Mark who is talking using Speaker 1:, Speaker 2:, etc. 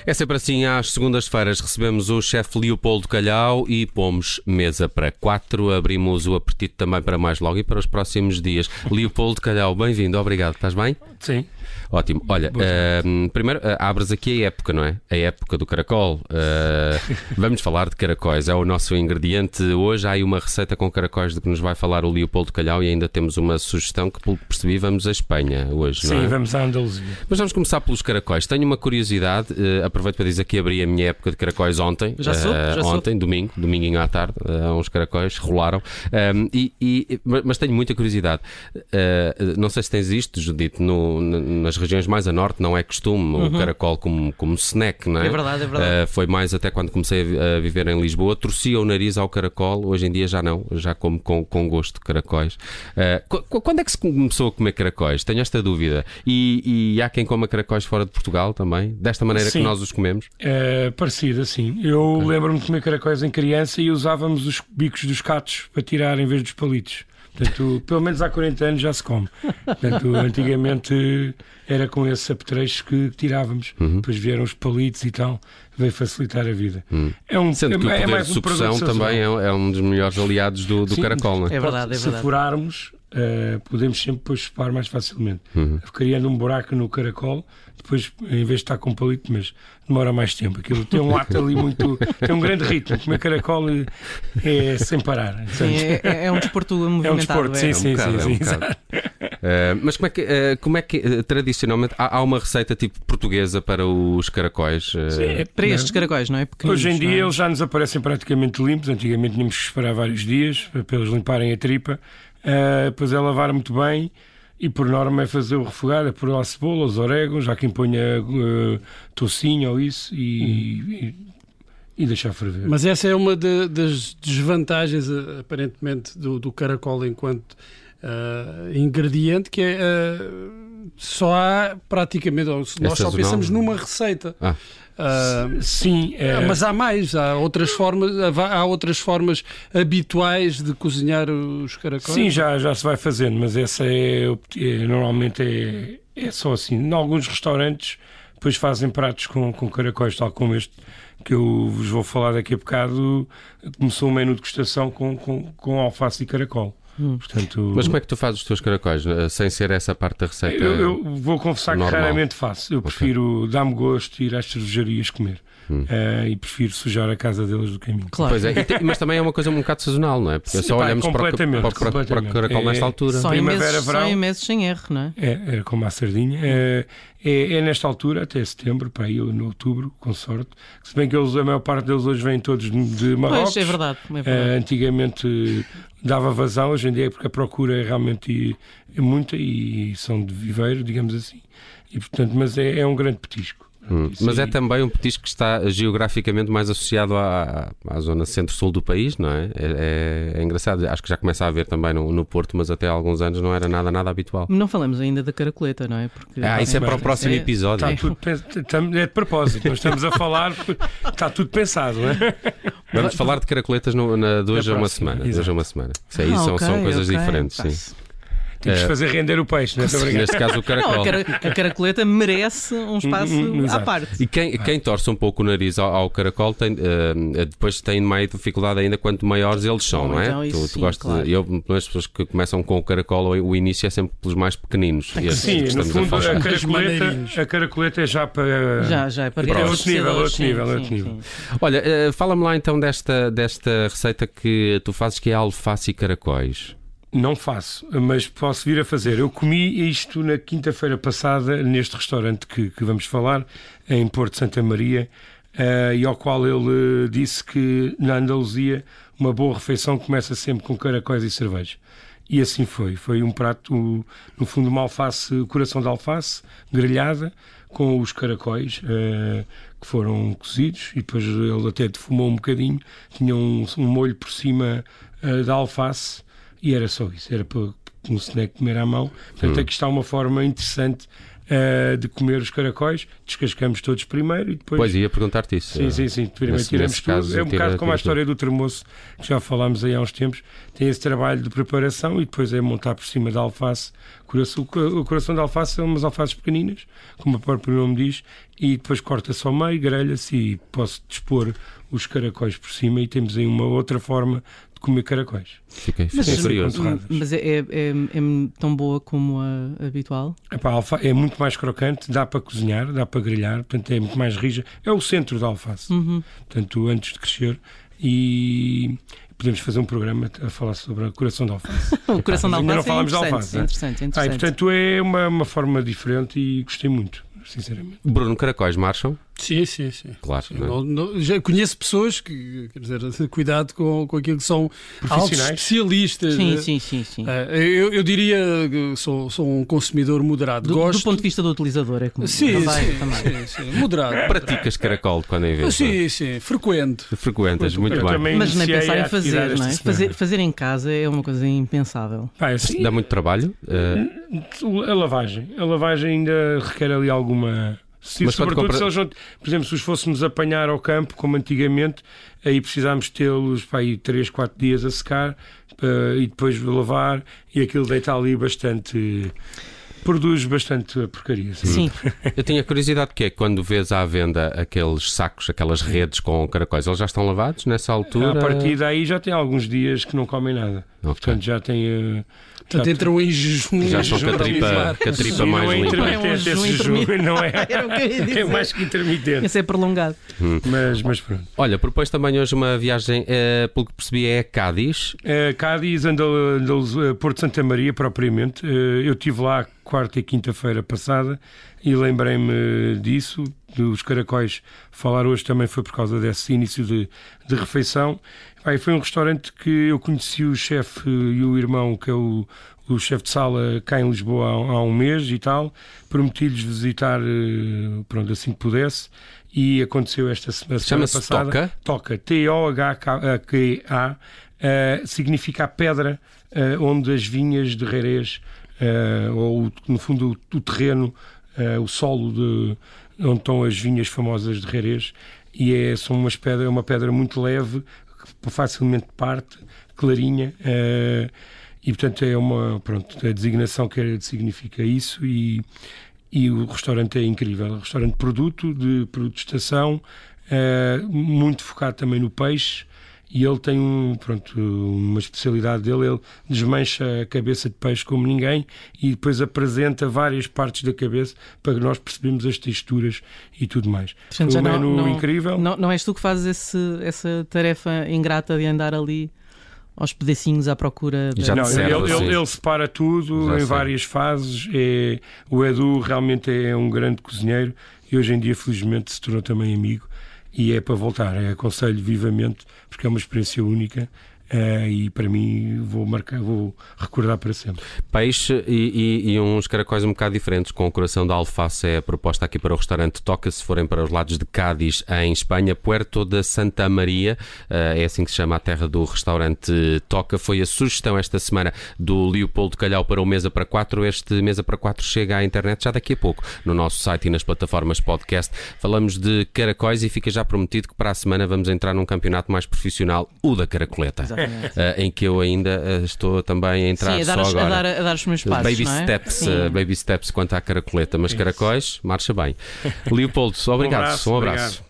Speaker 1: É sempre assim, às segundas-feiras recebemos o chefe Leopoldo Calhau e pomos mesa para 4. Abrimos o apetite também para mais logo e para os próximos dias. Leopoldo Calhau, bem-vindo, obrigado. Estás bem?
Speaker 2: Sim.
Speaker 1: Ótimo. Olha, primeiro abres aqui a época, não é? A época do caracol. Vamos falar de caracóis, é o nosso ingrediente. Hoje há aí uma receita com caracóis de que nos vai falar o Leopoldo Calhau e ainda temos uma sugestão que, pelo que percebi, vamos à Espanha hoje, não é?
Speaker 2: Sim, vamos à Andaluzia.
Speaker 1: Mas vamos começar pelos caracóis. Tenho uma curiosidade, aproveito para dizer que abri a minha época de caracóis ontem.
Speaker 3: Já
Speaker 1: ontem, dominguinho à tarde, uns caracóis rolaram. Mas tenho muita curiosidade. Não sei se tens isto, Judite, nas regiões mais a norte não é costume o caracol como snack, não é?
Speaker 3: É verdade, é verdade.
Speaker 1: Foi mais até quando comecei a viver em Lisboa. Torcia o nariz ao caracol, hoje em dia já não, já como com gosto de caracóis. Quando é que se começou a comer caracóis? Tenho esta dúvida. E há quem coma caracóis fora de Portugal também? Desta maneira
Speaker 2: Sim.
Speaker 1: que nós os comemos?
Speaker 2: É parecido, assim. Eu lembro-me de comer caracóis em criança e usávamos os bicos dos catos para tirar em vez dos palitos. Portanto, pelo menos há 40 anos já se come. Portanto, antigamente era com esses apetrechos que tirávamos. Depois vieram os palitos e tal. Veio facilitar a vida.
Speaker 1: Sendo que o poder
Speaker 2: mais
Speaker 1: de sucção também é um dos melhores aliados do caracol, não é?
Speaker 3: É verdade, é
Speaker 2: Se
Speaker 3: verdade.
Speaker 2: furarmos, podemos sempre depois chupar mais facilmente. Criando um buraco no caracol, depois, em vez de estar com palito, mas demora mais tempo. Aquilo tem um ato ali muito... tem um grande ritmo. Comer caracol é sem parar.
Speaker 3: Sim, é um desporto movimentado.
Speaker 2: É um desporto, sim.
Speaker 1: bocado. Mas como é que tradicionalmente há uma receita tipo portuguesa para os caracóis?
Speaker 3: Para estes caracóis, não é? Pequeninos,
Speaker 2: Hoje em dia
Speaker 3: não é?
Speaker 2: eles já nos aparecem praticamente limpos. Antigamente tínhamos que esperar vários dias para eles limparem a tripa. Depois é lavar muito bem e por norma é fazer o refogado, é pôr lá cebola, os orégãos, já quem ponha toucinho ou isso e deixar ferver.
Speaker 4: Mas essa é uma das desvantagens, aparentemente, do caracol enquanto ingrediente, que é só há praticamente, nós só pensamos numa receita.
Speaker 2: Sim,
Speaker 4: mas há mais, há outras formas habituais de cozinhar os caracóis.
Speaker 2: Sim, já se vai fazendo, mas essa normalmente é só assim. Em alguns restaurantes depois fazem pratos com caracóis, tal como este que eu vos vou falar daqui a bocado. Começou um menu de degustação com alface e caracol. Portanto,
Speaker 1: Mas como é que tu fazes os teus caracóis, sem ser essa parte da receita?
Speaker 2: eu vou confessar
Speaker 1: normal?
Speaker 2: Que raramente faço. Eu prefiro, dá-me gosto ir às cervejarias comer. E prefiro sujar a casa deles do caminho.
Speaker 3: Claro.
Speaker 1: Pois é, mas também é uma coisa um bocado sazonal, não é? Porque só olhamos para o caracol nesta altura.
Speaker 3: Só em
Speaker 2: Primavera, verão.
Speaker 3: meses sem erro, não é?
Speaker 2: Era como a sardinha. É nesta altura, até setembro, para aí, ou no outubro, com sorte. Se bem que a maior parte deles hoje vêm todos de Marrocos.
Speaker 3: Pois, é verdade.
Speaker 2: Antigamente dava vazão, hoje em dia é porque a procura é realmente muita e são de viveiro, digamos assim. E, portanto, mas é um grande petisco.
Speaker 1: Mas é também um petisco que está geograficamente mais associado à zona centro-sul do país, não é? É engraçado. Acho que já começa a haver também no Porto, mas até há alguns anos não era nada habitual.
Speaker 3: Não falamos ainda da caracoleta, não é? Porque
Speaker 1: Isso é para o próximo episódio.
Speaker 2: É de propósito, nós estamos a falar, está tudo pensado, não é?
Speaker 1: Vamos falar de caracoletas de hoje a uma semana. Isso aí são coisas diferentes, sim.
Speaker 2: Temos de fazer render o peixe, não é?
Speaker 1: Neste caso o caracol.
Speaker 3: A caracoleta merece um espaço à parte.
Speaker 1: E quem torce um pouco o nariz ao caracol depois tem mais dificuldade ainda quanto maiores eles são, não é?
Speaker 3: Então, isso,
Speaker 1: tu gostas, claro. As pessoas que começam com o caracol, o início é sempre pelos mais pequeninos.
Speaker 2: Sim, no fundo a caracoleta é já para...
Speaker 3: Já é para
Speaker 2: outro nível.
Speaker 1: Olha, fala-me lá então desta receita que tu fazes, que é alface e caracóis.
Speaker 2: Não faço, mas posso vir a fazer. Eu comi isto na quinta-feira passada neste restaurante que vamos falar, em Porto Santa Maria, e ao qual ele disse que na Andaluzia uma boa refeição começa sempre com caracóis e cerveja. E assim foi. Foi um prato, no fundo, uma alface, coração de alface, grelhada, com os caracóis que foram cozidos, e depois ele até defumou um bocadinho, tinha um molho por cima da alface. E era só isso, era para um snack de comer à mão. Portanto, aqui está uma forma interessante de comer os caracóis. Descascamos todos primeiro e depois...
Speaker 1: Pois, ia perguntar-te isso.
Speaker 2: Sim. Primeiro tiramos tudo. É um bocado como a história do termoço, que já falámos aí há uns tempos. Tem esse trabalho de preparação e depois é montar por cima da alface. O coração da alface são umas alfaces pequeninas, como o próprio nome diz, e depois corta-se ao meio, grelha-se e posso dispor os caracóis por cima e temos aí uma outra forma de comer caracóis.
Speaker 1: Fiquei curioso.
Speaker 3: Mas é tão boa como a habitual?
Speaker 2: A é muito mais crocante, dá para cozinhar, dá para grelhar, portanto é muito mais rija. É o centro da alface, portanto antes de crescer, e podemos fazer um programa a falar sobre o coração da alface.
Speaker 3: O coração da alface
Speaker 2: não falamos de alface.
Speaker 3: Interessante.
Speaker 2: E, portanto é uma forma diferente e gostei muito, sinceramente.
Speaker 1: Bruno, caracóis marcham?
Speaker 4: Sim.
Speaker 1: Claro.
Speaker 4: Sim, já conheço pessoas que, quer dizer, cuidado com aquilo que são altos especialistas.
Speaker 3: Sim.
Speaker 4: Eu diria que sou um consumidor moderado.
Speaker 3: Do ponto de vista do utilizador, é como
Speaker 4: sim, moderado.
Speaker 1: Praticas caracol quando em vez?
Speaker 4: Sim,
Speaker 1: Frequentas, muito bem.
Speaker 3: Mas nem pensar em fazer, não é? Fazer em casa é uma coisa impensável.
Speaker 1: Dá muito trabalho?
Speaker 2: A lavagem ainda requer ali alguma... Sobretudo se eles não, por exemplo, se os fôssemos apanhar ao campo, como antigamente, aí precisámos tê-los 3, 4 dias a secar e depois lavar, e aquilo deita ali bastante... Produz bastante porcaria.
Speaker 3: Sim.
Speaker 1: Eu tinha curiosidade que é quando vês à venda aqueles sacos, aquelas redes com caracóis, eles já estão lavados nessa altura?
Speaker 2: A partir daí já tem alguns dias que não comem nada.
Speaker 1: Okay.
Speaker 2: Portanto, já tem...
Speaker 4: Portanto, entram em jejum.
Speaker 1: Já estão com a tripa mais limpa.
Speaker 2: Intermitente, esse jejum não é? É mais que intermitente.
Speaker 3: Esse é prolongado.
Speaker 2: Mas pronto.
Speaker 1: Olha, propôs também hoje uma viagem, pelo que percebi, é a Cádiz.
Speaker 2: Cádiz, Porto Santa Maria, propriamente. Eu estive lá quarta e quinta-feira passada e lembrei-me disso, dos caracóis. Falar hoje também foi por causa desse início de refeição. Foi um restaurante que eu conheci o chefe e o irmão, que é o chefe de sala, cá em Lisboa há um mês e tal. Prometi-lhes visitar assim que pudesse, e aconteceu esta semana passada. Toca, T-O-H-K-A, significa a pedra onde as vinhas de Jerez, ou no fundo o terreno, o solo onde estão as vinhas famosas de Jerez, e é uma pedra muito leve, que facilmente parte, clarinha, e portanto a designação que significa isso, e o restaurante é incrível. É um restaurante de produto de estação, muito focado também no peixe, e ele tem uma especialidade dele. Ele desmancha a cabeça de peixe como ninguém e depois apresenta várias partes da cabeça para que nós percebemos as texturas e tudo mais. Foi um menu incrível.
Speaker 3: Não és tu que fazes essa tarefa ingrata de andar ali aos pedacinhos à procura?
Speaker 2: Ele separa tudo em várias fases. O Edu realmente é um grande cozinheiro e hoje em dia, felizmente, se tornou também amigo. E é para voltar, aconselho vivamente, porque é uma experiência única, e para mim vou recordar para sempre.
Speaker 1: Peixe e uns caracóis um bocado diferentes, com o coração da alface, é a proposta aqui para o restaurante Toca, se forem para os lados de Cádiz, em Espanha. Puerto de Santa Maria, é assim que se chama a terra do restaurante Toca. Foi a sugestão esta semana do Leopoldo Calhau para o Mesa para 4. Este Mesa para 4 chega à internet já daqui a pouco, no nosso site e nas plataformas podcast. Falamos de caracóis e fica já prometido que para a semana vamos entrar num campeonato mais profissional, o da caracoleta. Em que eu ainda estou também a entrar.
Speaker 3: Sim,
Speaker 1: agora.
Speaker 3: A dar os meus passos,
Speaker 1: baby steps quanto à caracoleta, mas caracóis, marcha bem. Leopoldo, obrigado. Um abraço.